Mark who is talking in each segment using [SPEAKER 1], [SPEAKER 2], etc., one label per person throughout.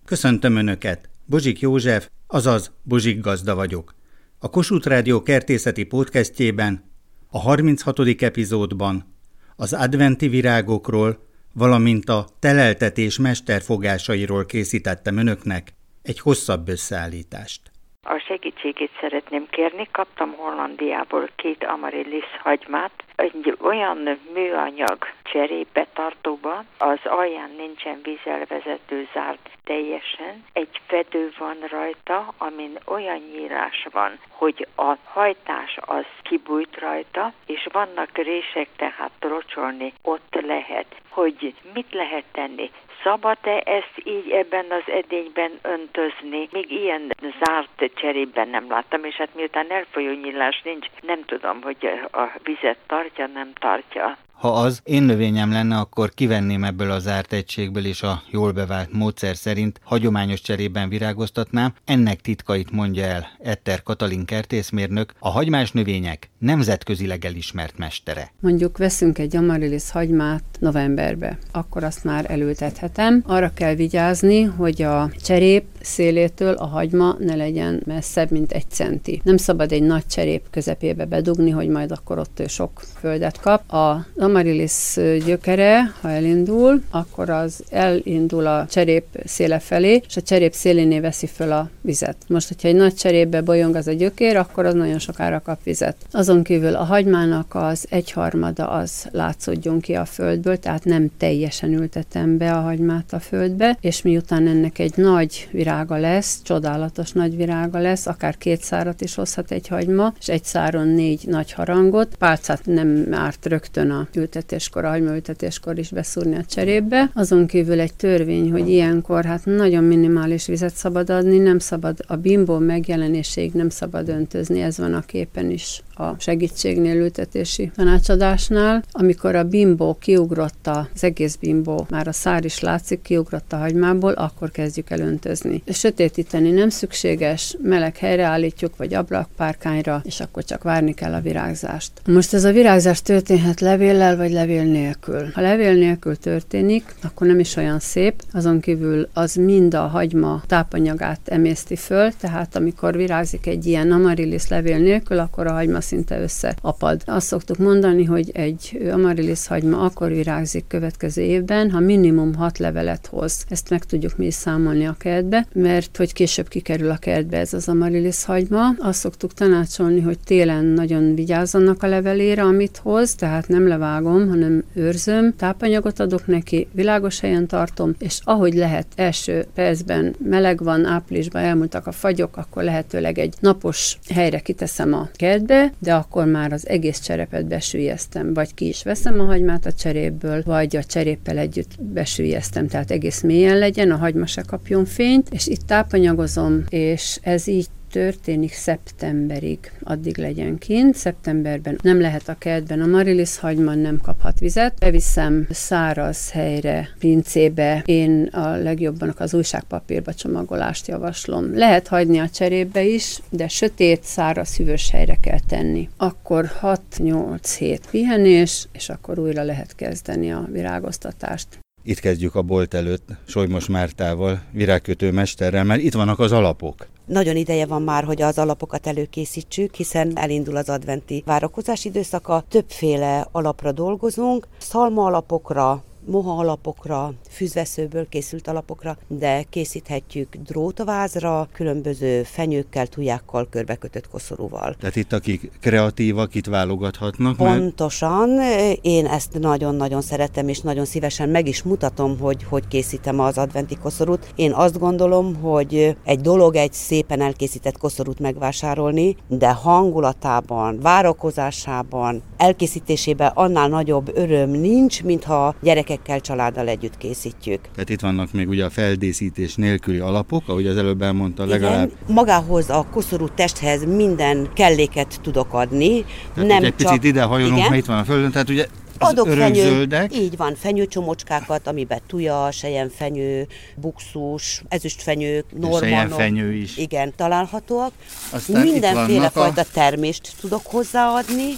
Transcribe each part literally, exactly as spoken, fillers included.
[SPEAKER 1] Köszöntöm Önöket! Bozsik József, azaz Bozsik Gazda vagyok. A Kossuth Rádió kertészeti podcastjében, a harminchatodik epizódban az adventi virágokról, valamint a teleltetés mesterfogásairól készítettem Önöknek egy hosszabb összeállítást.
[SPEAKER 2] A segítségét szeretném kérni, kaptam Hollandiából két amaryllis hagymát, egy olyan műanyag cserébetartóba, az alján nincsen vízelvezető, zárt teljesen, egy fedő van rajta, amin olyan nyílás van, hogy a hajtás az kibújt rajta, és vannak rések, tehát locsolni ott lehet. Hogy mit lehet tenni? Szabad-e ezt így ebben az edényben öntözni? Még ilyen zárt cserében nem láttam, és hát miután elfolyó nyílás nincs, nem tudom, hogy a vizet tartja, nem tartja.
[SPEAKER 1] Ha az én növényem lenne, akkor kivenném ebből a zárt egységből, és a jól bevált módszer szerint hagyományos cserében virágoztatnám. Ennek titkait mondja el Etter Katalin kertészmérnök, a hagymás növények nemzetközileg elismert mestere.
[SPEAKER 3] Mondjuk veszünk egy amaryllis hagymát novemberbe, akkor azt már elültethetem. Arra kell vigyázni, hogy a cserép szélétől a hagyma ne legyen messzebb, mint egy centi. Nem szabad egy nagy cserép közepébe bedugni, hogy majd akkor ott ő sok földet kap. A amaryllis gyökere, ha elindul, akkor az elindul a cserép széle felé, és a cserép szélénél veszi föl a vizet. Most, hogyha egy nagy cserépbe bolyong az a gyökér, akkor az nagyon sokára kap vizet. Azon kívül a hagymának az egyharmada az látszódjon ki a földből, tehát nem teljesen ültetem be a hagymát a földbe, és miután ennek egy nagy virága lesz, csodálatos nagy virága lesz, akár két szárat is hozhat egy hagyma, és egy száron négy nagy harangot. Pálcát nem árt rögtön a ültetéskor, a hagymaültetéskor is beszúrni a cserépbe. Azon kívül egy törvény, hogy ilyenkor hát nagyon minimális vizet szabad adni, nem szabad a bimbó megjelenéséig nem szabad öntözni, ez van a képen is a segítségnél, ültetési tanácsadásnál. Amikor a bimbó kiugrott, az egész bimbó, már a szár is látszik, kiugrott a hagymából, akkor kezdjük el öntözni. Sötétíteni nem szükséges, meleg helyre állítjuk, vagy ablakpárkányra, és akkor csak várni kell a virágzást. Most ez a virágzás történhet levéllel, vagy levél nélkül. Ha levél nélkül történik, akkor nem is olyan szép, azon kívül az mind a hagyma tápanyagát emészti föl, tehát amikor virágzik egy ilyen amaryllis levél nélkül, akkor a hagyma szinte összeapad. Azt szoktuk mondani, hogy egy amaryllis hagyma akkor virágzik következő évben, ha minimum hat levelet hoz. Ezt meg tudjuk mi is számolni a kertbe, mert hogy később kikerül a kertbe ez az amaryllis hagyma. Azt szoktuk tanácsolni, hogy télen nagyon vigyázzanak a levelére, amit hoz, tehát nem levágom, hanem őrzöm, tápanyagot adok neki, világos helyen tartom, és ahogy lehet első percben meleg van, áprilisban elmúltak a fagyok, akkor lehetőleg egy napos helyre kiteszem a kertbe, de akkor már az egész cserepet besüllyesztem, vagy ki is veszem a hagymát a cserépből, vagy a cseréppel együtt besüllyesztem, tehát egész mélyen legyen, a hagyma se kapjon fényt, és itt tápanyagozom, és ez így történik szeptemberig, addig legyen kint. Szeptemberben nem lehet a kertben amaryllis hagyma, nem kaphat vizet. Beviszem száraz helyre, pincébe. Én a legjobban az újságpapírba csomagolást javaslom. Lehet hagyni a cserépbe is, de sötét, száraz, hűvös helyre kell tenni. Akkor hat-nyolc hét pihenés, és akkor újra lehet kezdeni a virágoztatást.
[SPEAKER 1] Itt kezdjük a bolt előtt Solymos Mártával, virágkötő mesterrel, mert itt vannak az alapok.
[SPEAKER 4] Nagyon ideje van már, hogy az alapokat előkészítsük, hiszen elindul az adventi várakozás időszaka. Többféle alapra dolgozunk, szalma alapokra, moha alapokra, füzveszőből készült alapokra, de készíthetjük drótavázra, különböző fenyőkkel, tujákkal, körbekötött koszorúval.
[SPEAKER 1] Tehát itt akik kreatívak, itt válogathatnak?
[SPEAKER 4] Pontosan, mert... én ezt nagyon-nagyon szeretem, és nagyon szívesen meg is mutatom, hogy hogy készítem az adventi koszorút. Én azt gondolom, hogy egy dolog egy szépen elkészített koszorút megvásárolni, de hangulatában, várakozásában, elkészítésében annál nagyobb öröm nincs, mintha gyerekekkel, családdal együtt készítjük.
[SPEAKER 1] Tehát itt vannak még ugye a feldíszítés nélküli alapok, ahogy az előbb elmondta, legalább.
[SPEAKER 4] Igen, magához a koszorú testhez minden kelléket tudok adni.
[SPEAKER 1] Tehát nem egy csak... picit ide hajolunk, mert itt van a földön, tehát ugye az
[SPEAKER 4] adok
[SPEAKER 1] örökzöldek.
[SPEAKER 4] Fenyő, így van, fenyőcsomocskákat, amiben tuja, selyemfenyő, buxus, ezüstfenyő, normanok.
[SPEAKER 1] Selyemfenyő is.
[SPEAKER 4] Igen, találhatóak.
[SPEAKER 1] Aztán
[SPEAKER 4] mindenféle fajta
[SPEAKER 1] a...
[SPEAKER 4] termést tudok hozzáadni.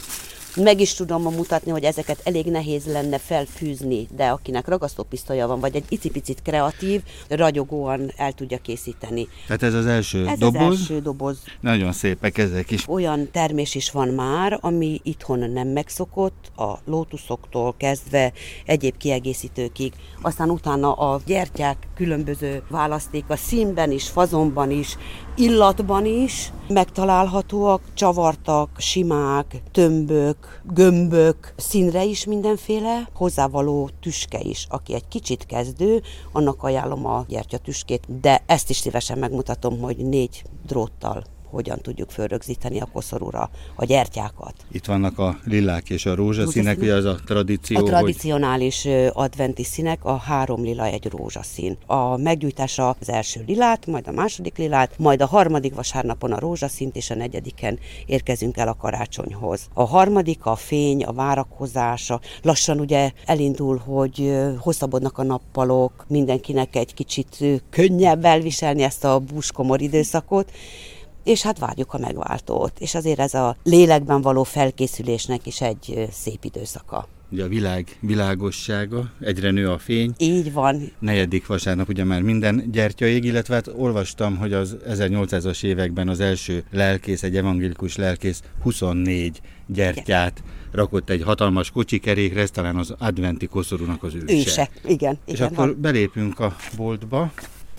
[SPEAKER 4] Meg is tudom mutatni, hogy ezeket elég nehéz lenne felfűzni, de akinek ragasztópisztolya van, vagy egy icipicit kreatív, ragyogóan el tudja készíteni.
[SPEAKER 1] Tehát ez az első
[SPEAKER 4] ez
[SPEAKER 1] doboz?
[SPEAKER 4] Ez az első doboz.
[SPEAKER 1] Nagyon szépek ezek is.
[SPEAKER 4] Olyan termés is van már, ami itthon nem megszokott, a lótuszoktól kezdve egyéb kiegészítőkig. Aztán utána a gyertyák különböző választék a színben is, fazonban is, illatban is megtalálhatóak, csavartak, simák, tömbök, gömbök, színre is mindenféle, hozzávaló tüske is. Aki egy kicsit kezdő, annak ajánlom a gyertyatüskét, de ezt is szívesen megmutatom, hogy négy dróttal hogyan tudjuk fölrögzíteni a koszorúra a gyertyákat.
[SPEAKER 1] Itt vannak a lilák és a rózsaszínek, ugye az a tradíció,
[SPEAKER 4] A tradicionális hogy... adventi színek, a három lila egy rózsaszín. A meggyújtásra az első lilát, majd a második lilát, majd a harmadik vasárnapon a rózsaszínt, és a negyediken érkezünk el a karácsonyhoz. A harmadik a fény, a várakozása. Lassan ugye elindul, hogy hosszabbodnak a nappalok, mindenkinek egy kicsit könnyebb elviselni ezt a búskomor időszakot, és hát várjuk a megváltót, és azért ez a lélekben való felkészülésnek is egy szép időszaka.
[SPEAKER 1] Ugye a világ világossága, egyre nő a fény.
[SPEAKER 4] Így van.
[SPEAKER 1] Negyedik vasárnap ugye már minden gyertya ég, illetve hát olvastam, hogy az ezernyolcszázas években az első lelkész, egy evangélikus lelkész huszonnégy gyertyát igen. rakott egy hatalmas kocsikerékre, ez talán az adventi koszorúnak az őse.
[SPEAKER 4] Őse, igen.
[SPEAKER 1] És
[SPEAKER 4] igen,
[SPEAKER 1] akkor
[SPEAKER 4] ha...
[SPEAKER 1] belépünk a boltba.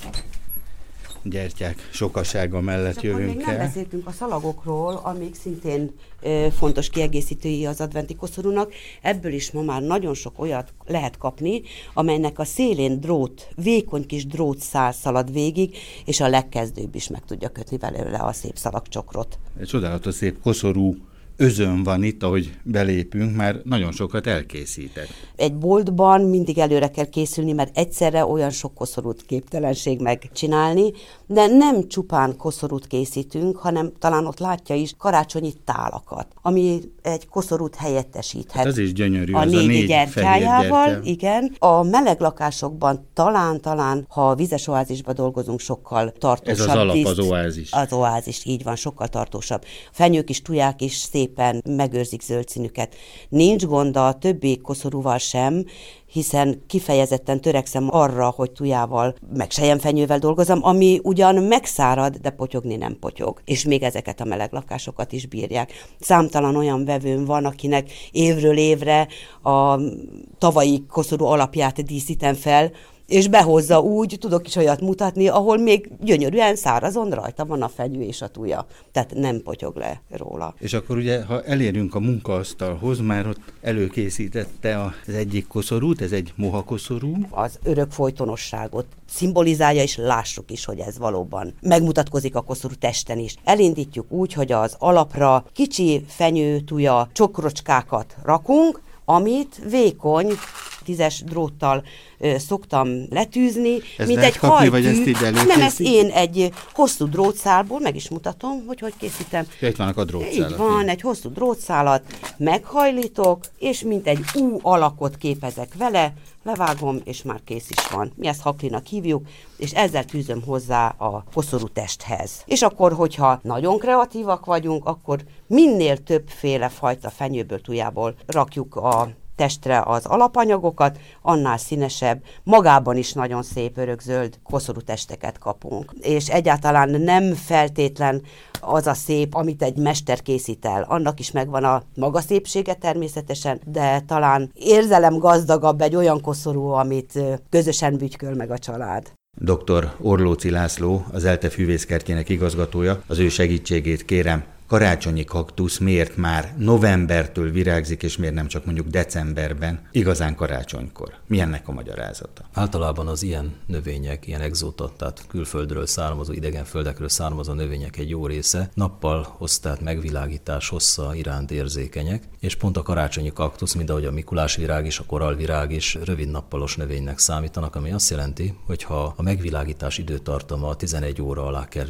[SPEAKER 1] Gyertyák sokasága mellett
[SPEAKER 4] és
[SPEAKER 1] jövünk
[SPEAKER 4] még
[SPEAKER 1] el.
[SPEAKER 4] Nem beszéltünk a szalagokról, amik szintén e, fontos kiegészítői az adventi koszorúnak. Ebből is ma már nagyon sok olyat lehet kapni, amelynek a szélén drót, vékony kis drótszál szalad végig, és a legkezdőbb is meg tudja kötni belőle a szép szalagcsokrot.
[SPEAKER 1] Egy csodálatos szép koszorú özön van itt, ahogy belépünk, már nagyon sokat elkészített.
[SPEAKER 4] Egy boltban mindig előre kell készülni, mert egyszerre olyan sok koszorút képtelenség megcsinálni, de nem csupán koszorút készítünk, hanem talán ott látja is karácsonyi tálakat, ami egy koszorút helyettesíthet.
[SPEAKER 1] Hát az is gyönyörű,
[SPEAKER 4] a
[SPEAKER 1] az
[SPEAKER 4] négy,
[SPEAKER 1] a négy
[SPEAKER 4] gyertyájával,
[SPEAKER 1] gyertya.
[SPEAKER 4] Igen. A meleg lakásokban talán-talán, ha a vizes oázisban dolgozunk, sokkal tartósabb.
[SPEAKER 1] Ez az alap,
[SPEAKER 4] díszt,
[SPEAKER 1] az oázis.
[SPEAKER 4] Az oázis, így van, sokkal tartósabb. Fenyők is, tuják is szépen megőrzik zöld színüket. Nincs gond a többi koszorúval sem, hiszen kifejezetten törekszem arra, hogy tujával, meg selyemfenyővel dolgozom, ami ugyan megszárad, de potyogni nem potyog. És még ezeket a meleg lakásokat is bírják. Számtalan olyan vevőm van, akinek évről évre a tavalyi koszorú alapját díszítem fel, és behozza úgy, tudok is olyat mutatni, ahol még gyönyörűen szárazon rajta van a fenyő és a tuja. Tehát nem potyog le róla.
[SPEAKER 1] És akkor ugye, ha elérünk a munkaasztalhoz, már ott előkészítette az egyik koszorút, ez egy moha koszorú.
[SPEAKER 4] Az örök folytonosságot szimbolizálja, és lássuk is, hogy ez valóban megmutatkozik a koszorú testen is. Elindítjuk úgy, hogy az alapra kicsi fenyő, tuja, csokrocskákat rakunk, amit vékony, tízes dróttal ö, szoktam letűzni,
[SPEAKER 1] ez
[SPEAKER 4] mint
[SPEAKER 1] lehet
[SPEAKER 4] egy
[SPEAKER 1] kapni,
[SPEAKER 4] hajtű.
[SPEAKER 1] vagy ezt így előkészít?
[SPEAKER 4] Nem, ezt én egy hosszú drótszálból, meg is mutatom, hogy hogy készítem.
[SPEAKER 1] Ja, itt vannak a drótszálak.
[SPEAKER 4] Így van, egy hosszú drótszálat meghajlítok, és mint egy U alakot képezek vele, levágom, és már kész is van. Mi ezt haklinak hívjuk, és ezzel tűzöm hozzá a koszorú testhez. És akkor, hogyha nagyon kreatívak vagyunk, akkor minél többféle fajta fenyőből, tujából rakjuk a testre az alapanyagokat, annál színesebb, magában is nagyon szép örökzöld koszorú testeket kapunk. És egyáltalán nem feltétlen az a szép, amit egy mester készít el. Annak is megvan a maga szépsége természetesen, de talán érzelem gazdagabb egy olyan koszorú, amit közösen bütyköl meg a család.
[SPEAKER 1] doktor Orlóczy László, az ELTE fűvészkertjének igazgatója, az ő segítségét kérem. Karácsonyi kaktusz miért már novembertől virágzik, és miért nem csak mondjuk decemberben, igazán karácsonykor? Mi ennek a magyarázata?
[SPEAKER 5] Általában az ilyen növények, ilyen exóta, tehát külföldről származó, idegen földekről származó növények egy jó része nappal tehát megvilágítás hossza iránt érzékenyek, és pont a karácsonyi kaktusz, mint ahogy a mikulásvirág és a korallvirág is rövid nappalos növénynek számítanak, ami azt jelenti, hogy ha a megvilágítás időtartama tizenegy óra alá kerül,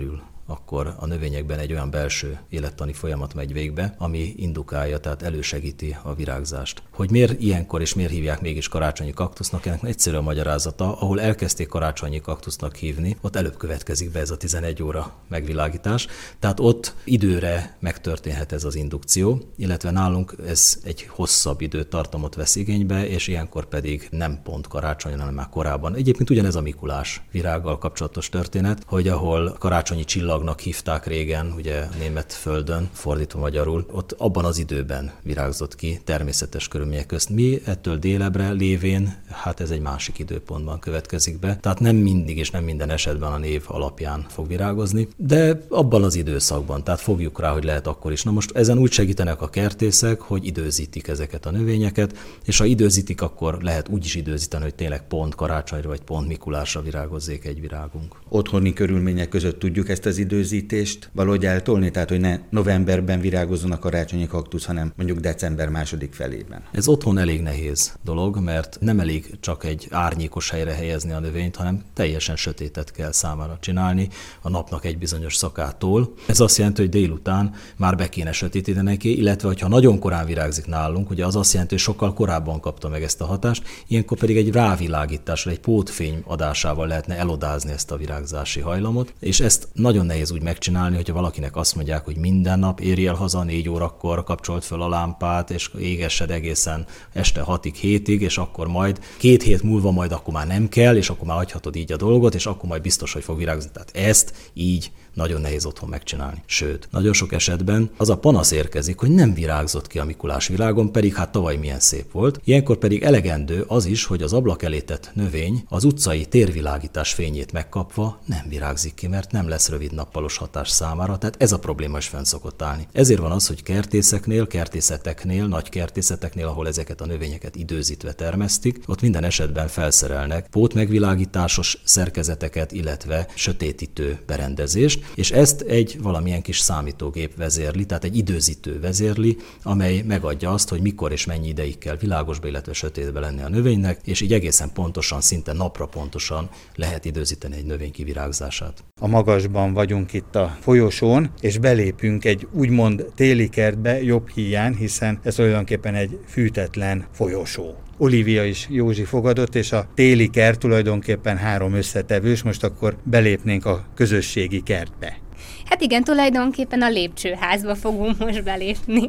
[SPEAKER 5] akkor a növényekben egy olyan belső élettani folyamat megy végbe, ami indukálja, tehát elősegíti a virágzást. Hogy miért ilyenkor és miért hívják mégis karácsonyi kaktusznak, ennek egyszerű a magyarázata, ahol elkezdték karácsonyi kaktusznak hívni, ott előbb következik be ez a tizenegy óra megvilágítás, tehát ott időre megtörténhet ez az indukció, illetve nálunk ez egy hosszabb időtartamot vesz igénybe, és ilyenkor pedig nem pont karácsonyon, hanem már korábban. Egyébként ugyanez a Mikulás virággal kapcsolatos történet, hogy ahol karácsonyi csillagnak hívták régen, ugye német földön, fordítva magyarul, ott abban az időben virágzott ki természetes körülmények közt. Mi ettől délebre lévén, hát ez egy másik időpontban következik be, tehát nem mindig és nem minden esetben a név alapján fog virágozni, de abban az időszakban, tehát fogjuk rá, hogy lehet akkor is. Na most ezen úgy segítenek a kertészek, hogy időzítik ezeket a növényeket, és ha időzítik, akkor lehet úgy is időzíteni, hogy tényleg pont karácsonyra vagy pont Mikulásra virágozzék egy virágunk.
[SPEAKER 1] Otthoni körülmények között tudjuk ezt az időzítést valahogy eltolni, tehát hogy ne novemberben virágozzon a karácsonyi kaktusz, hanem mondjuk december második felében.
[SPEAKER 5] Ez otthon elég nehéz dolog, mert nem elég csak egy árnyékos helyre helyezni a növényt, hanem teljesen sötétet kell számára csinálni a napnak egy bizonyos szakától. Ez azt jelenti, hogy délután már be kéne sötétíteni neki, illetve hogyha nagyon korán virágzik nálunk, ugye az azt jelenti, hogy sokkal korábban kapta meg ezt a hatást, ilyenkor pedig egy rávilágításra, egy pótfény adásával lehetne elodázni ezt a virágzási hajlamot, és ezt nagyon nehéz úgy megcsinálni, hogyha valakinek azt mondják, hogy minden nap érj el haza négy órakor, kapcsolt föl a lámpát, és égessed egészen este hatig, hétig, és akkor majd két hét múlva majd akkor már nem kell, és akkor már hagyhatod így a dolgot, és akkor majd biztos, hogy fog virágozni. Tehát ezt így nagyon nehéz otthon megcsinálni. Sőt, nagyon sok esetben az a panasz érkezik, hogy nem virágzott ki a Mikulás virágon, pedig hát tavaly milyen szép volt. Ilyenkor pedig elegendő az is, hogy az ablak elé tett növény az utcai térvilágítás fényét megkapva nem virágzik ki, mert nem lesz rövid nappalos hatás számára, tehát ez a probléma is fenn szokott állni. Ezért van az, hogy kertészeknél, kertészeteknél, nagy kertészeteknél, ahol ezeket a növényeket időzítve termesztik, ott minden esetben felszerelnek pótmegvilágításos szerkezeteket, illetve sötétítő berendezést, és ezt egy valamilyen kis számítógép vezérli, tehát egy időzítő vezérli, amely megadja azt, hogy mikor és mennyi ideig kell világosba, illetve sötétbe lenni a növénynek, és így egészen pontosan, szinte napra pontosan lehet időzíteni egy növény kivirágzását.
[SPEAKER 1] A magasban vagyunk itt a folyosón, és belépünk egy úgymond téli kertbe jobb híján, hiszen ez tulajdonképpen egy fűtetlen folyosó. Olivia is Józsi fogadott, és a téli kert tulajdonképpen három összetevős, most akkor belépnénk a közösségi kertbe.
[SPEAKER 6] Hát igen, tulajdonképpen a lépcsőházba fogunk most belépni.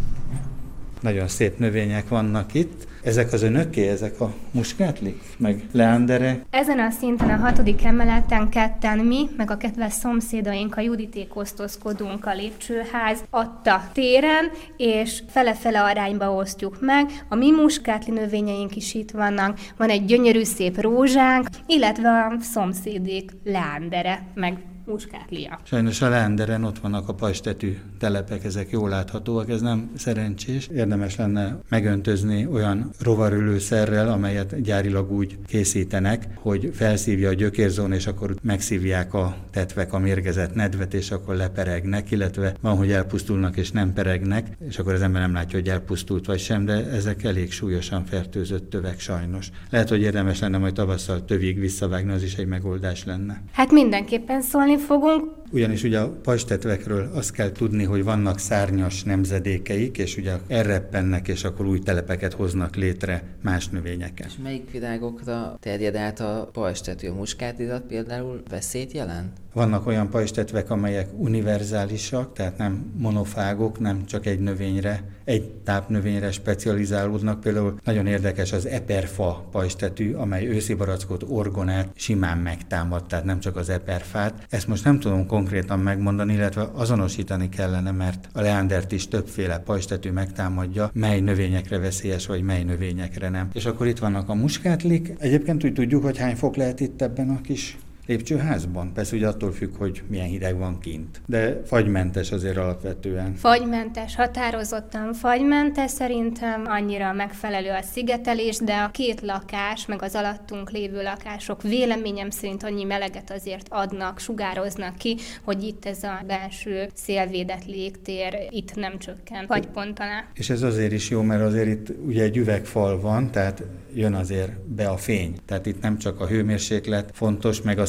[SPEAKER 1] Nagyon szép növények vannak itt. Ezek az önöké, ezek a muskátlik, meg leandere?
[SPEAKER 6] Ezen a szinten a hatodik emeleten ketten mi, meg a kedves szomszédaink, a Juditék osztozkodunk a lépcsőház adta téren, és fele-fele arányba osztjuk meg. A mi muskátli növényeink is itt vannak, van egy gyönyörű szép rózsánk, illetve a szomszédék leandere, meg muskátlia.
[SPEAKER 1] Sajnos a leanderen ott vannak a pastetű telepek, ezek jól láthatóak, ez nem szerencsés. Érdemes lenne megöntözni olyan rovarölőszerrel, amelyet gyárilag úgy készítenek, hogy felszívja a gyökérzón, és akkor megszívják a tetvek a mérgezett nedvet, és akkor leperegnek, illetve van, hogy elpusztulnak és nem peregnek, és akkor az ember nem látja, hogy elpusztult vagy sem, de ezek elég súlyosan fertőzött tövek sajnos. Lehet, hogy érdemes lenne majd tavasszal tövig visszavágni, az is egy megoldás lenne.
[SPEAKER 6] Hát mindenképpen szólni fogunk.
[SPEAKER 1] Ugyanis ugye a pastetvekről azt kell tudni, hogy vannak szárnyas nemzedékeik, és ugye elreppennek, és akkor új telepeket hoznak létre más növényeken.
[SPEAKER 7] És melyik virágokra terjed át a pastetű? A muskátidat például veszélyt jelent?
[SPEAKER 1] Vannak olyan pajstetvek, amelyek univerzálisak, tehát nem monofágok, nem csak egy növényre, egy tápnövényre specializálódnak. Például nagyon érdekes az eperfa pajstetű, amely őszi barackot, orgonát simán megtámad, tehát nem csak az eperfát. Ezt most nem tudom konkrétan megmondani, illetve azonosítani kellene, mert a leandert is többféle pajstetű megtámadja, mely növényekre veszélyes, vagy mely növényekre nem. És akkor itt vannak a muskátlik. Egyébként úgy tudjuk, hogy hány fok lehet itt ebben a kis lépcsőházban? Persze ugye attól függ, hogy milyen hideg van kint. De fagymentes azért alapvetően.
[SPEAKER 6] Fagymentes, határozottan fagymentes, szerintem annyira megfelelő a szigetelés, de a két lakás, meg az alattunk lévő lakások véleményem szerint annyi meleget azért adnak, sugároznak ki, hogy itt ez a belső szélvédett légtér itt nem csökken fagypont alá.
[SPEAKER 1] És ez azért is jó, mert azért itt ugye egy üvegfal van, tehát jön azért be a fény. Tehát itt nem csak a hőmérséklet fontos, meg azt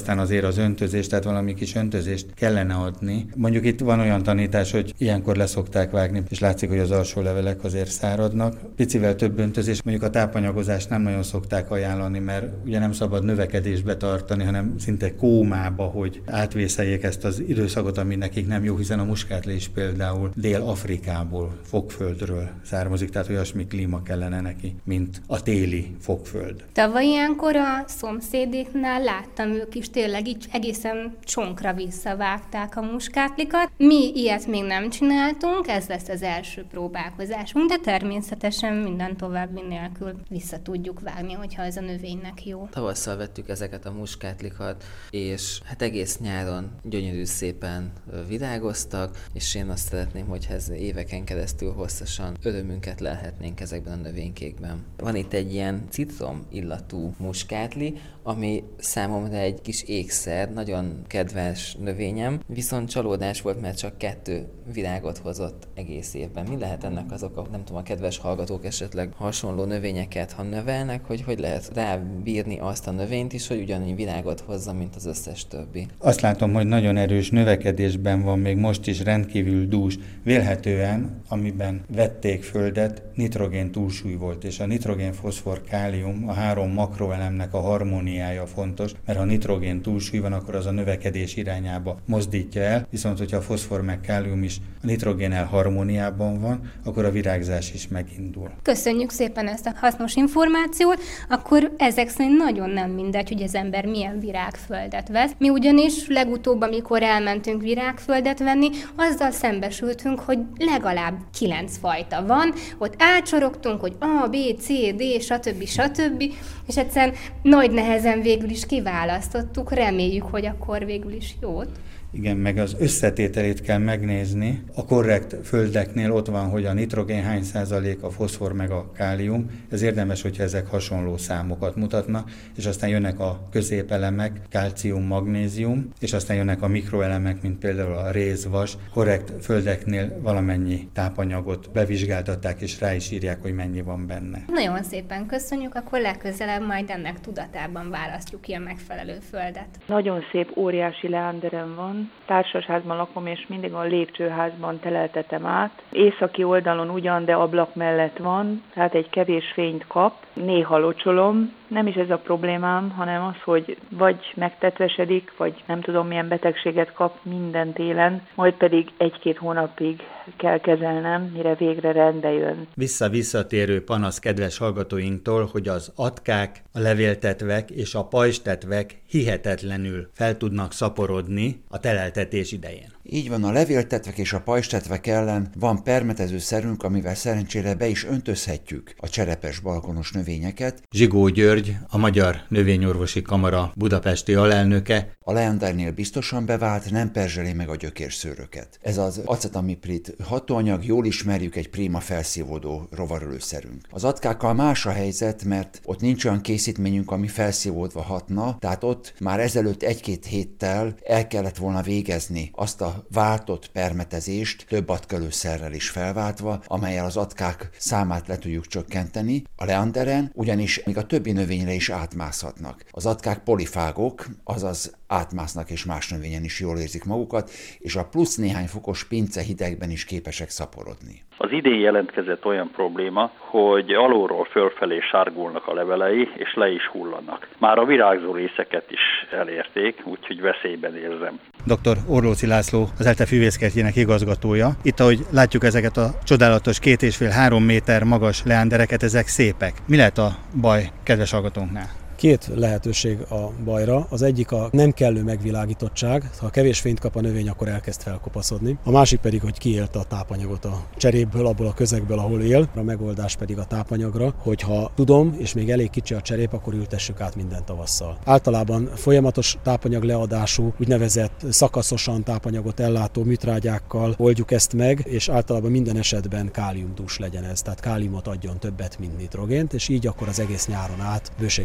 [SPEAKER 1] aztán azért az öntözés, tehát valami kis öntözést kellene adni. Mondjuk itt van olyan tanítás, hogy ilyenkor leszokták vágni, és látszik, hogy az alsó levelek azért száradnak. Picivel több öntözés, mondjuk a tápanyagozást nem nagyon szokták ajánlani, mert ugye nem szabad növekedésbe tartani, hanem szinte kómába, hogy átvészeljék ezt az időszakot, ami nekik nem jó, hiszen a muskátlé is például Dél-Afrikából, Fokföldről származik, tehát olyasmi klíma kellene neki, mint a téli Fokföld.
[SPEAKER 6] Tavaly ilyenkor a szomszédéknál láttam, ők is tényleg így egészen csonkra visszavágták a muskátlikat. Mi ilyet még nem csináltunk, ez lesz az első próbálkozásunk, de természetesen minden további nélkül vissza tudjuk vágni, hogyha ez a növénynek jó.
[SPEAKER 7] Tavasszal vettük ezeket a muskátlikat, és hát egész nyáron gyönyörű szépen virágoztak, és én azt szeretném, hogy ez éveken keresztül hosszasan örömünket lelhetnénk ezekben a növénykékben. Van itt egy ilyen citrom illatú muskátli, ami számomra egy kis ékszer, nagyon kedves növényem, viszont csalódás volt, mert csak kettő virágot hozott egész évben. Mi lehet ennek az oka? Nem tudom, a kedves hallgatók esetleg hasonló növényeket, ha növelnek, hogy hogy lehet rábírni azt a növényt is, hogy ugyanúgy virágot hozza, mint az összes többi.
[SPEAKER 1] Azt látom, hogy nagyon erős növekedésben van, még most is rendkívül dús. Vélhetően, amiben vették földet, nitrogén túlsúly volt, és a nitrogén, foszfor, kálium, a három makroelemnek a harmóniája fontos, mert ha nitrogén túlsúly van, akkor az a növekedés irányába mozdítja el, viszont hogyha a foszfor meg kálium is a nitrogénnel harmóniában van, akkor a virágzás is megindul.
[SPEAKER 6] Köszönjük szépen ezt a hasznos információt, akkor ezek szerint nagyon nem mindegy, hogy az ember milyen virágföldet vesz. Mi ugyanis legutóbb, amikor elmentünk virágföldet venni, azzal szembesültünk, hogy legalább kilenc fajta van, ott átsorogtunk, hogy A, B, C, D, stb. stb. És egyszerűen nagy nehezen végül is kiválasztottuk, reméljük, hogy akkor végül is jót.
[SPEAKER 1] Igen, meg az összetételét kell megnézni. A korrekt földeknél ott van, hogy a nitrogén hány százalék, a foszfor meg a kálium. Ez érdemes, hogyha ezek hasonló számokat mutatnak, és aztán jönnek a középelemek, kálcium, magnézium, és aztán jönnek a mikroelemek, mint például a réz, vas. Korrekt földeknél valamennyi tápanyagot bevizsgáltatták, és rá is írják, hogy mennyi van benne.
[SPEAKER 6] Nagyon szépen köszönjük, akkor legközelebb majd ennek tudatában választjuk ki a megfelelő földet.
[SPEAKER 2] Nagyon szép, óriási leanderem van. Társasházban lakom, és mindig a lépcsőházban teleltetem át. Északi oldalon ugyan, de ablak mellett van, tehát egy kevés fényt kap. Néha locsolom. Nem is ez a problémám, hanem az, hogy vagy megtetvesedik, vagy nem tudom milyen betegséget kap minden télen, majd pedig egy-két hónapig kell kezelnem, mire végre rendbe jön.
[SPEAKER 1] Vissza-visszatérő panasz kedves hallgatóinktól, hogy az atkák, a levéltetvek és a pajzstetvek hihetetlenül fel tudnak szaporodni a teleltetés idején.
[SPEAKER 8] Így van, a levéltetvek és a pajzstetvek ellen van permetező szerünk, amivel szerencsére be is öntözhetjük a cserepes balkonos növényeket.
[SPEAKER 1] Zsigó György, a Magyar Növényorvosi Kamara budapesti alelnöke.
[SPEAKER 8] A leandernél biztosan bevált, nem perzseli meg a gyökérszőröket. Ez az acetamiprid hatóanyag, jól ismerjük, egy prima felszívódó rovarölőszerünk. Az atkákkal más a helyzet, mert ott nincs olyan készítményünk, ami felszívódva hatna, tehát ott már ezelőtt egy-két héttel el kellett volna végezni azt a váltott permetezést, több atkölőszerrel is felváltva, amellyel az atkák számát le tudjuk csökkenteni. A leanderen ugyanis még a többi növényre is átmászhatnak. Az atkák polifágok, azaz átmásznak és más növényen is jól érzik magukat, és a plusz néhány fokos pince hidegben is képesek szaporodni.
[SPEAKER 9] Az idén jelentkezett olyan probléma, hogy alulról fölfelé sárgulnak a levelei, és le is hullanak. Már a virágzó részeket is elérték, úgyhogy veszélyben érzem.
[SPEAKER 1] doktor Orlóczy László, az ELTE füvészkertjének igazgatója. Itt, ahogy látjuk ezeket a csodálatos két és fél három méter magas leándereket, ezek szépek. Mi lehet a baj kedves hallgatónknál?
[SPEAKER 10] Két lehetőség a bajra. Az egyik a nem kellő megvilágítottság. Ha kevés fényt kap a növény, akkor elkezd felkopaszodni. A másik pedig, hogy kiélte a tápanyagot a cserépből, abból a közegből, ahol él. A megoldás pedig a tápanyagra, hogyha tudom, és még elég kicsi a cserép, akkor ültessük át minden tavasszal. Általában folyamatos tápanyag leadású, úgynevezett szakaszosan tápanyagot ellátó műtrágyákkal oldjuk ezt meg, és általában minden esetben káliumdús legyen ez, tehát káliumot adjon többet, mint nitrogént, és így akkor az egész nyáron át bőségesen fog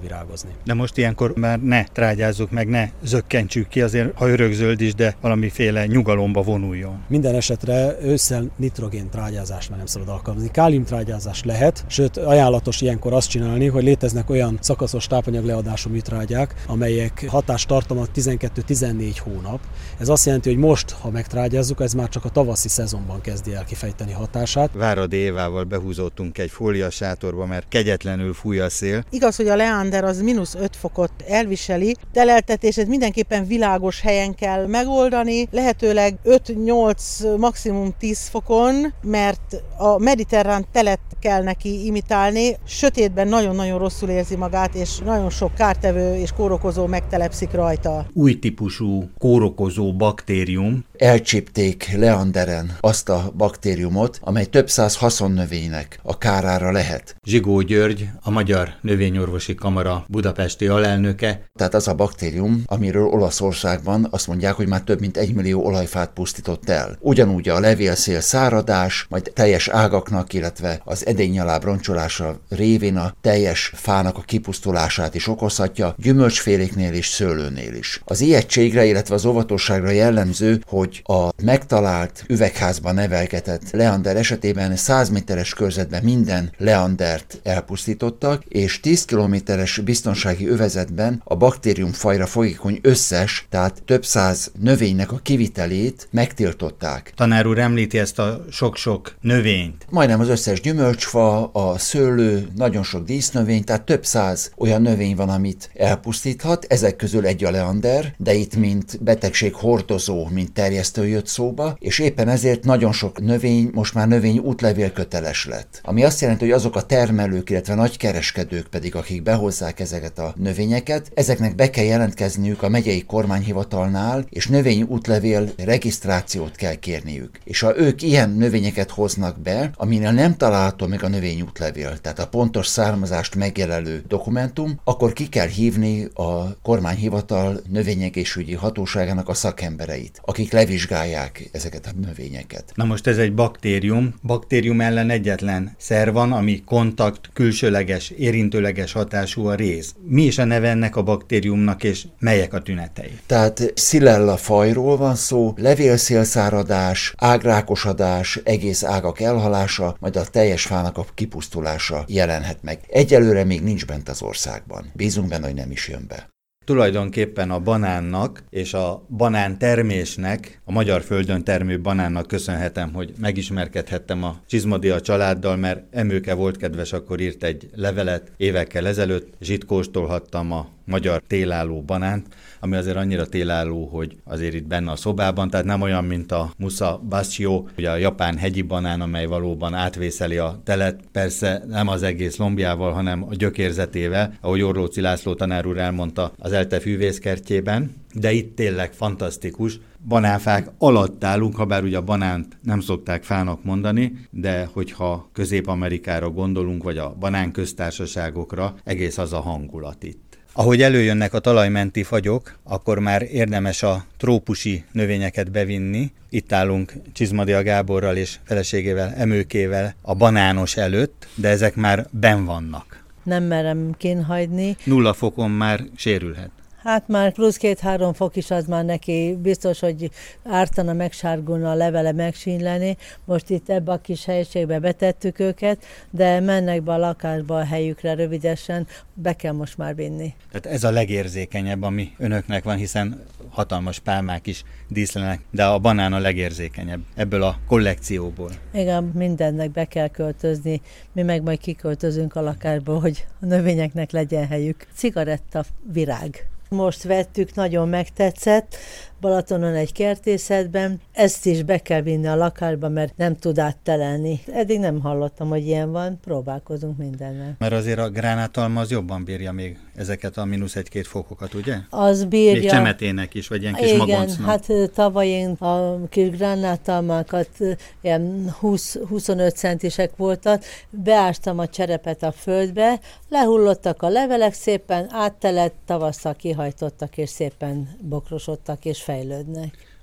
[SPEAKER 10] virágozni.
[SPEAKER 1] De most ilyenkor már ne trágyázzuk meg, ne zökkentsük ki, azért ha örökzöld is, de valamiféle nyugalomba vonuljon.
[SPEAKER 10] Minden esetre ősszel nitrogén trágyázást már nem szabad alkalmazni. Kálium trágyázás lehet, sőt ajánlatos ilyenkor azt csinálni, hogy léteznek olyan szakaszos tápanyagleadású műtrágyák, amelyek hatástartama tizenkét-tizennégy hónap. Ez azt jelenti, hogy most, ha megtrágyázzuk, ez már csak a tavaszi szezonban kezdi el kifejteni hatását.
[SPEAKER 1] Váradi Évával behúzottunk egy fóliasátorba, mert kegyetlenül fúj a szél.
[SPEAKER 11] Igaz, hogy a leander az mínusz öt fokot elviseli, teleltetését mindenképpen világos helyen kell megoldani, lehetőleg öt-nyolc, maximum tíz fokon, mert a mediterrán telet kell neki imitálni. Sötétben nagyon-nagyon rosszul érzi magát, és nagyon sok kártevő és kórokozó megtelepszik rajta.
[SPEAKER 1] Új típusú kórokozó baktérium.
[SPEAKER 8] Elcsípték leanderen azt a baktériumot, amely több száz haszonnövénynek a kárára lehet.
[SPEAKER 1] Zsigó György, a Magyar Növényorvosi Kamara budapesti alelnöke.
[SPEAKER 8] Tehát az a baktérium, amiről Olaszországban azt mondják, hogy már több mint egy millió olajfát pusztított el. Ugyanúgy a levélszél száradás, majd teljes ágaknak, illetve az edénnyaláp roncsolása révén a teljes fának a kipusztulását is okozhatja, gyümölcsféléknél és szőlőnél is. Az ijegységre, illetve az óvatosságra jellemző, hogy a megtalált üvegházban nevelgetett leander esetében száz méteres körzetben minden leandert elpusztítottak, és tíz kilométeres biztonsági övezetben a baktériumfajra fogékony összes, tehát több száz növénynek a kivitelét megtiltották.
[SPEAKER 1] Tanár úr említi ezt a sok-sok növényt.
[SPEAKER 8] Majdnem az összes gyümölcsfa, a szőlő, nagyon sok dísznövény, tehát több száz olyan növény van, amit elpusztíthat, ezek közül egy a leander, de itt mint betegség hordozó, mint terjesztő jött szóba, és éppen ezért nagyon sok növény most már növény útlevél köteles lett. Ami azt jelenti, hogy azok a termelők, illetve nagykereskedők pedig, akik behozzák ezeket a növényeket, ezeknek be kell jelentkezniük a megyei kormányhivatalnál, és növény útlevél regisztrációt kell kérniük. És ha ők ilyen növényeket hoznak be, aminél nem található meg a növényútlevél, tehát a pontos származást megjelölő dokumentum, akkor ki kell hívni a kormányhivatal növényegészségügyi hatóságának a szakembereit, akik levizsgálják ezeket a növényeket.
[SPEAKER 1] Na most ez egy baktérium. Baktérium ellen egyetlen szer van, ami kontakt, külsőleges, érintőleges hatású a réz. Mi is a neve ennek a baktériumnak, és melyek a tünetei?
[SPEAKER 8] Tehát Xylella fajról van szó, levélszélszáradás, ágrákosodás, egész ágak elhalása, majd a teljes fának a kipusztulása jelenhet meg. Egyelőre még nincs bent az országban. Bízunk benne, hogy nem is jön be.
[SPEAKER 1] Tulajdonképpen a banánnak és a banán termésnek, a magyar földön termő banánnak köszönhetem, hogy megismerkedhettem a Csizmadia családdal, mert Emőke volt kedves, akkor írt egy levelet évekkel ezelőtt, és itt kóstolhattam a magyar télálló banánt, ami azért annyira télálló, hogy azért itt benne a szobában, tehát nem olyan, mint a Musa Bascio, ugye a japán hegyi banán, amely valóban átvészeli a telet, persze nem az egész lombjával, hanem a gyökérzetével, ahogy Orlóczy László tanár úr elmondta az ELTE fűvészkertjében, de itt tényleg fantasztikus. Banánfák alatt állunk, ha bár ugye a banánt nem szokták fának mondani, de hogyha Közép-Amerikára gondolunk, vagy a banánköztársaságokra, egész az a hangulat itt. Ahogy előjönnek a talajmenti fagyok, akkor már érdemes a trópusi növényeket bevinni. Itt állunk Csizmadia Gáborral és feleségével, Emőkével a banános előtt, de ezek már benn vannak.
[SPEAKER 12] Nem merem kínhagyni.
[SPEAKER 1] Nulla fokon már sérülhet.
[SPEAKER 12] Hát már plusz két-három fok is az már neki biztos, hogy ártana, megsárgulna a levele, megsínyleni. Most itt ebbe a kis helyiségbe betettük őket, de mennek be a lakásba a helyükre rövidesen, be kell most már vinni.
[SPEAKER 1] Tehát ez a legérzékenyebb, ami önöknek van, hiszen hatalmas pálmák is díszlenek, de a banán a legérzékenyebb ebből a kollekcióból.
[SPEAKER 12] Igen, mindennek be kell költözni, mi meg majd kiköltözünk a lakásból, hogy a növényeknek legyen helyük. Cigaretta virág. Most vettük, nagyon megtetszett, Balatonon egy kertészetben, ezt is be kell vinni a lakásba, mert nem tud áttelelni. Eddig nem hallottam, hogy ilyen van, próbálkozunk mindennel.
[SPEAKER 1] Mert azért a gránátalma az jobban bírja még ezeket a mínusz egy-két fokokat, ugye?
[SPEAKER 12] Az bírja.
[SPEAKER 1] Még csemetének is, vagy ilyen kis
[SPEAKER 12] igen,
[SPEAKER 1] magoncnak.
[SPEAKER 12] hát tavaly én a kis gránátalmákat ilyen húsz-huszonöt centisek voltak, beástam a cserepet a földbe, lehullottak a levelek szépen, áttelett, tavasszal kihajtottak, és szépen bokrosodtak, és fejlődnek.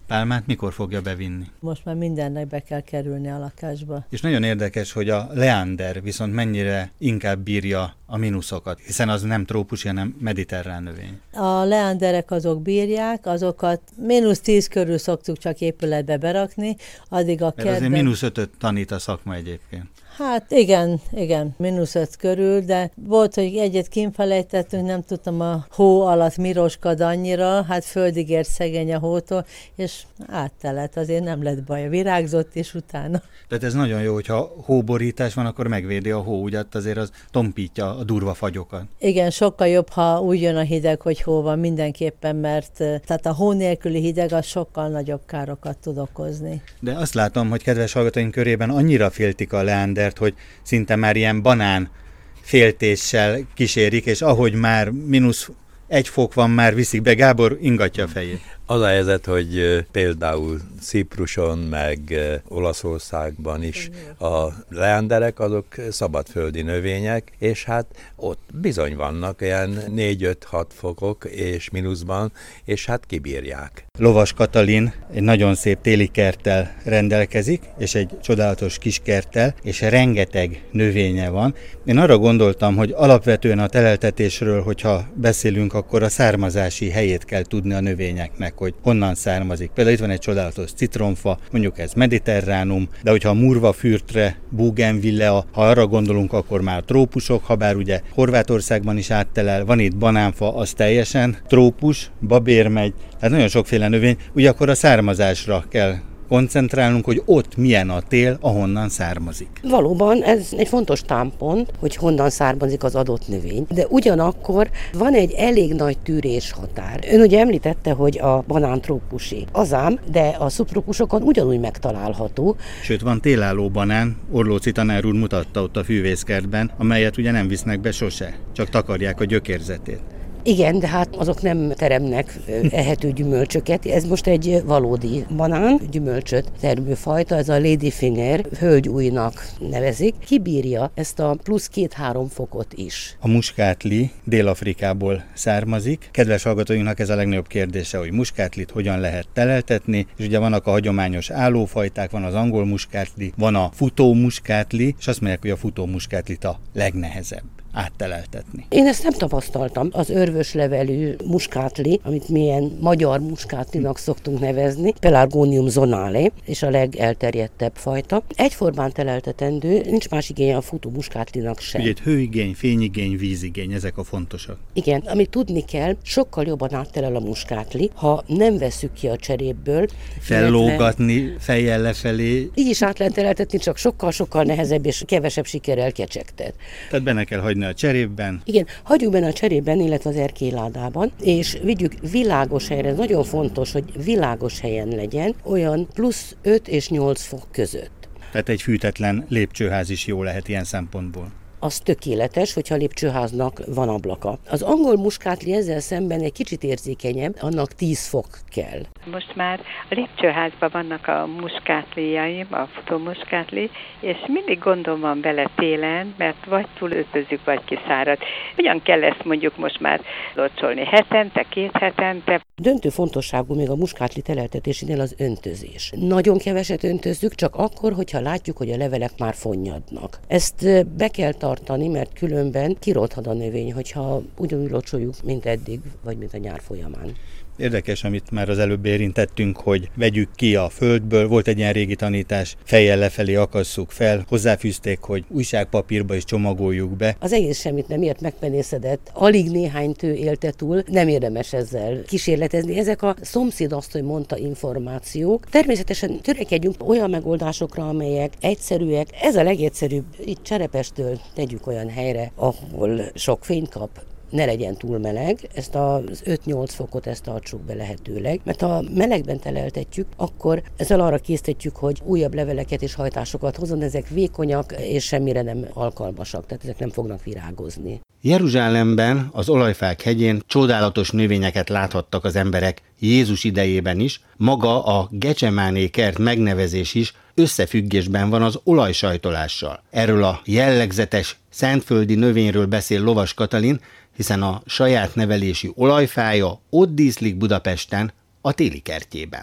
[SPEAKER 1] Pálmát mikor fogja bevinni?
[SPEAKER 12] Most már mindennek be kell kerülni a lakásba.
[SPEAKER 1] És nagyon érdekes, hogy a leander viszont mennyire inkább bírja a mínuszokat, hiszen az nem trópusi, hanem mediterrán növény.
[SPEAKER 12] A leanderek azok bírják, azokat mínusz tíz körül szoktuk csak épületbe berakni, addig a
[SPEAKER 1] Mert
[SPEAKER 12] kertben...
[SPEAKER 1] azért mínusz ötöt tanít a szakma egyébként.
[SPEAKER 12] Hát igen, igen, mínusz öt körül, de volt, hogy egyet kínfelejtettünk, nem tudtam a hó alatt miroskad annyira, hát földig ért szegény a hótól, és áttelett, azért nem lett baj, virágzott is utána.
[SPEAKER 1] Tehát ez nagyon jó, hogyha hóborítás van, akkor megvédi a hó, ugye azért az tompítja a durva fagyokat.
[SPEAKER 12] Igen, sokkal jobb, ha úgy jön a hideg, hogy hó van mindenképpen, mert tehát a hó nélküli hideg az sokkal nagyobb károkat tud okozni.
[SPEAKER 1] De azt látom, hogy kedves hallgatóink körében annyira féltik a leandert, hogy szinte már ilyen banán féltéssel kísérik, és ahogy már mínusz egy fok van, már viszik be. Gábor ingatja a fejét.
[SPEAKER 13] Az a helyzet, hogy például Cipruson, meg Olaszországban is a leanderek azok szabadföldi növények, és hát ott bizony vannak ilyen négy-öt-hat fokok és mínuszban, és hát kibírják.
[SPEAKER 1] Lovas Katalin egy nagyon szép téli kerttel rendelkezik, és egy csodálatos kis kerttel, és rengeteg növénye van. Én arra gondoltam, hogy alapvetően a teleltetésről, hogyha beszélünk, akkor a származási helyét kell tudni a növényeknek, hogy honnan származik. Például itt van egy csodálatos citromfa, mondjuk ez mediterránum, de hogyha a murvafürtre, bougainvillea, ha arra gondolunk, akkor már trópusok, ha bár ugye Horvátországban is áttelel, van itt banánfa, az teljesen trópus, babérmegy, tehát nagyon sokféle növény, ugye akkor a származásra kell koncentrálnunk, hogy ott milyen a tél, ahonnan származik.
[SPEAKER 4] Valóban ez egy fontos támpont, hogy honnan származik az adott növény, de ugyanakkor van egy elég nagy tűrés határ. Ön ugye említette, hogy a banán trópusi. Azám, de a szubtrópusokon ugyanúgy megtalálható.
[SPEAKER 1] Sőt, van télálló banán, Orlóczy tanár úr mutatta ott a fűvészkertben, amelyet ugye nem visznek be sose, csak takarják a gyökérzetét.
[SPEAKER 4] Igen, de hát azok nem teremnek ehető gyümölcsöket. Ez most egy valódi banán gyümölcsöt termőfajta, ez a ladyfinger, hölgyújnak nevezik. Kibírja ezt a plusz két-három fokot is.
[SPEAKER 1] A muskátli Dél-Afrikából származik. Kedves hallgatóinknak ez a legnagyobb kérdése, hogy muskátlit hogyan lehet teleltetni, és ugye vannak a hagyományos állófajták, van az angol muskátli, van a futó muskátli, és azt mondják, hogy a futó muskátlit a legnehezebb átteleltetni.
[SPEAKER 4] Én ezt nem tapasztaltam. Az örvöslevelű muskátli, amit milyen magyar muskátlinak szoktunk nevezni, Pelargonium zonale, és a legelterjedtebb fajta. Egyformán teleltetendő, nincs más igénye a futó muskátlinak sem.
[SPEAKER 1] Ugye itt hőigény, fényigény, vízigény, ezek a fontosak.
[SPEAKER 4] Igen, amit tudni kell, sokkal jobban áttelel a muskátli, ha nem vesszük ki a cserépből.
[SPEAKER 1] Fellógatni illetve... fejjel lefelé.
[SPEAKER 4] Így is át lehet teleltetni, csak sokkal-sokkal nehezebb és kevesebb sikerrel kecsegtet.
[SPEAKER 1] Tehát benne kell hagyni a cserépben.
[SPEAKER 4] Igen, hagyjuk benne a cserépben, illetve az erkélyládában, és vigyük világos helyre. Ez nagyon fontos, hogy világos helyen legyen, olyan plusz öt és nyolc fok között.
[SPEAKER 1] Tehát egy fűtetlen lépcsőház is jó lehet ilyen szempontból.
[SPEAKER 4] Az tökéletes, hogyha a lépcsőháznak van ablaka. Az angol muskátli ezzel szemben egy kicsit érzékenyebb, annak tíz fok kell.
[SPEAKER 2] Most már a lépcsőházban vannak a muskátliaim, a futó muskátli, és mindig gondom van vele télen, mert vagy túlöltözzük, vagy kiszárad. Hogyan kell ezt mondjuk most már locsolni? Hetente, két hetente?
[SPEAKER 4] Döntő fontosságú még a muskátli teleltetésénél az öntözés. Nagyon keveset öntözzük, csak akkor, hogyha látjuk, hogy a levelek már fonnyadnak. Ezt be kell tartani, mert különben kirothad a növény, hogyha ugyanúgy locsoljuk, mint eddig, vagy mint a nyár folyamán.
[SPEAKER 1] Érdekes, amit már az előbb érintettünk, hogy vegyük ki a földből. Volt egy ilyen régi tanítás, fejjel lefelé akasszuk fel. Hozzáfűzték, hogy újságpapírba is csomagoljuk be.
[SPEAKER 4] Az egész semmit nem ért megpenészedett, alig néhány tő élte túl, nem érdemes ezzel kísérletezni. Ezek a szomszédasszony mondta információk. Természetesen törekedjünk olyan megoldásokra, amelyek egyszerűek. Ez a legegyszerűbb. Itt Cserepestől tegyük olyan helyre, ahol sok fényt kap, ne legyen túl meleg, ezt az öt-nyolc fokot ezt tartsuk be lehetőleg, mert ha melegben teleltetjük, akkor ezzel arra késztetjük, hogy újabb leveleket és hajtásokat hozzon, ezek vékonyak és semmire nem alkalmasak, tehát ezek nem fognak virágozni.
[SPEAKER 1] Jeruzsálemben, az olajfák hegyén csodálatos növényeket láthattak az emberek Jézus idejében is, maga a Gecsemáné kert megnevezés is összefüggésben van az olajsajtolással. Erről a jellegzetes szentföldi növényről beszél Lovas Katalin, hiszen a saját nevelési olajfája ott díszlik Budapesten, a téli kertjében.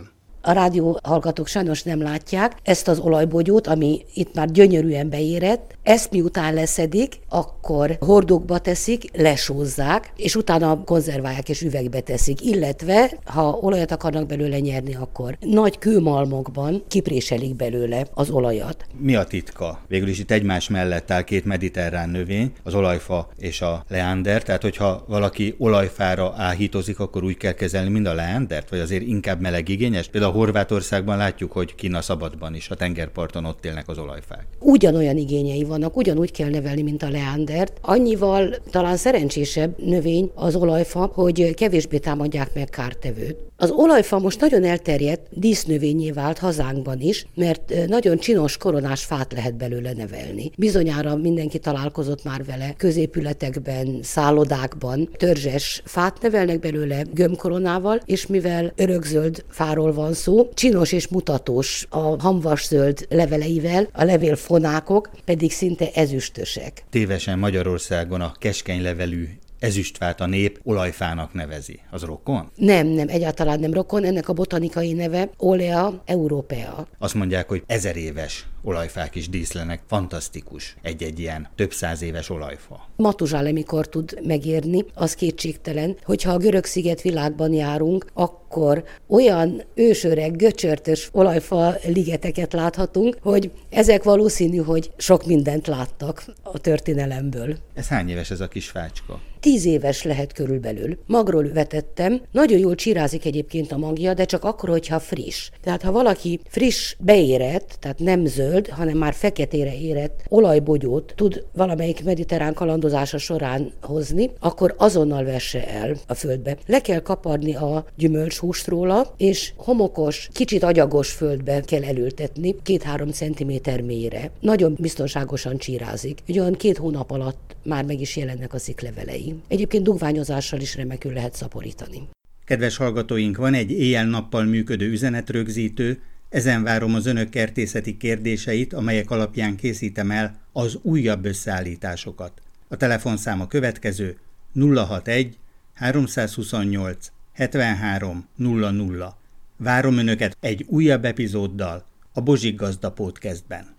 [SPEAKER 14] A rádióhallgatók sajnos nem látják ezt az olajbogyót, ami itt már gyönyörűen beérett. Ezt miután leszedik, akkor hordókba teszik, lesózzák, és utána konzerválják és üvegbe teszik. Illetve, ha olajat akarnak belőle nyerni, akkor nagy kőmalmokban kipréselik belőle az olajat.
[SPEAKER 1] Mi a titka? Végül is itt egymás mellett áll két mediterrán növény, az olajfa és a leander, tehát hogyha valaki olajfára áhítozik, akkor úgy kell kezelni, mint a leandert, vagy azért inkább melegigényes? Például Horvátországban látjuk, hogy Kína szabadban is, a tengerparton ott élnek az olajfák.
[SPEAKER 14] Ugyanolyan igényei vannak, ugyanúgy kell nevelni, mint a leandert. Annyival talán szerencsésebb növény az olajfa, hogy kevésbé támadják meg kártevőt. Az olajfa most nagyon elterjedt dísznövényé vált hazánkban is, mert nagyon csinos koronás fát lehet belőle nevelni. Bizonyára mindenki találkozott már vele középületekben, szállodákban. Törzses fát nevelnek belőle gömbkoronával, és mivel örökzöld fáról van szó, csinos és mutatós a hamvasszöld leveleivel, a levélfonákok pedig szinte ezüstösek.
[SPEAKER 1] Tévesen Magyarországon a keskeny levelű ezüstfát a nép olajfának nevezi. Az rokon?
[SPEAKER 14] Nem, nem, egyáltalán nem rokon. Ennek a botanikai neve Olea europea.
[SPEAKER 1] Azt mondják, hogy ezer éves olajfák is díszlenek. Fantasztikus egy-egy ilyen több száz éves olajfa.
[SPEAKER 14] Matuzsale mikor tud megérni, az kétségtelen, hogyha a Görög-sziget világban járunk, akkor olyan ősöreg, göcsörtös olajfa ligeteket láthatunk, hogy ezek valószínű, hogy sok mindent láttak a történelemből.
[SPEAKER 1] Ez hány éves ez a kis fácska?
[SPEAKER 14] Tíz éves lehet körülbelül. Magról vetettem, nagyon jól csirázik egyébként a magja, de csak akkor, hogyha friss. Tehát ha valaki friss, beérett, tehát nem zöld, hanem már feketére érett olajbogyót tud valamelyik mediterrán kalandozása során hozni, akkor azonnal vesse el a földbe. Le kell kaparni a gyümölcshúst róla, és homokos, kicsit agyagos földbe kell elültetni, két-három centiméter mélyre. Nagyon biztonságosan csirázik. Egy olyan két hónap alatt már meg is jelennek a sziklevelei. Egyébként dugványozással is remekül lehet szaporítani.
[SPEAKER 1] Kedves hallgatóink, van egy éjjel-nappal működő üzenetrögzítő, ezen várom az önök kertészeti kérdéseit, amelyek alapján készítem el az újabb összeállításokat. A telefonszám a következő nulla hatvanegy háromszázhuszonnyolc hetvenhárom nulla nulla. Várom önöket egy újabb epizóddal a Bozsik Gazda Podcastben.